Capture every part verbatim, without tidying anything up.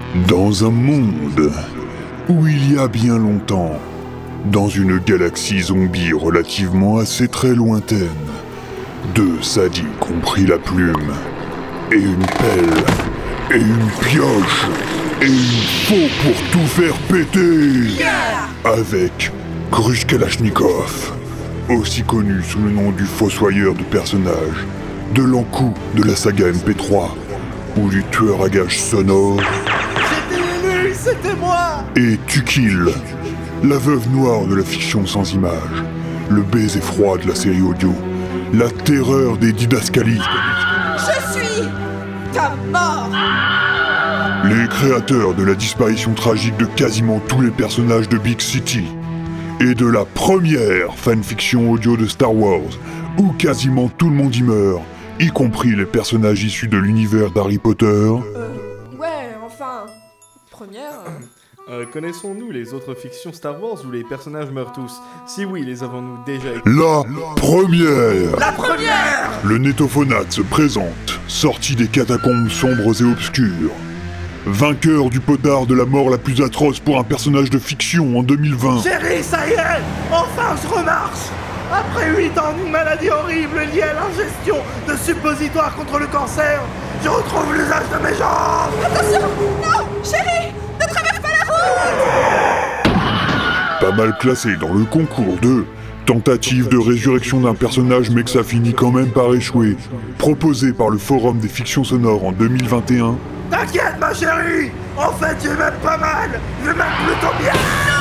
Dans un monde où il y a bien longtemps, dans une galaxie zombie relativement assez très lointaine, deux sadiques ont pris la plume, et une pelle, et une pioche, et une faux pour tout faire péter. Yeah. Avec Grush Kalachnikov, aussi connu sous le nom du fossoyeur de personnages, de l'encou de la saga M P trois, ou du tueur à gages sonore. C'était l'élu, c'était moi. Et Tukil, la veuve noire de la fiction sans image, le baiser froid de la série audio, la terreur des didascalies. Je suis ta mort. Les créateurs de la disparition tragique de quasiment tous les personnages de Big City, et de la première fanfiction audio de Star Wars, où quasiment tout le monde y meurt, y compris les personnages issus de l'univers d'Harry Potter. Euh, ouais, enfin, première... Euh, connaissons-nous les autres fictions Star Wars où les personnages meurent tous? Si oui, les avons-nous déjà écoutés? La première! La première. Le Nétophonate se présente, sorti des catacombes sombres et obscures. Vainqueur du potard de la mort la plus atroce pour un personnage de fiction en deux mille vingt. Chérie, ça y est, enfin je remarche. Après huit ans d'une maladie horrible liée à l'ingestion de suppositoires contre le cancer, je retrouve l'usage de mes jambes. Attention. Non, chérie, ne traverse pas la route. Pas mal classé dans le concours de tentative de résurrection d'un personnage mais que ça finit quand même par échouer, proposé par le Forum des fictions sonores en deux mille vingt et un. T'inquiète ma chérie, en fait je m'aime pas mal, je m'aime plutôt bien.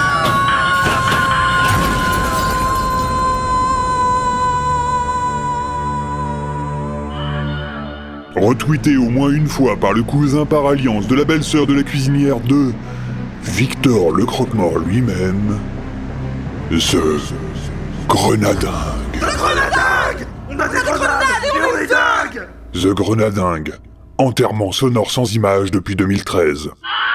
Retweeté au moins une fois par le cousin par alliance de la belle-sœur de la cuisinière de Victor le Croque-Mort lui-même, The Grenadingue. Le grenadingue. On a des grenades et on est dingue. The Grenadingue, enterrement sonore sans image depuis deux mille treize.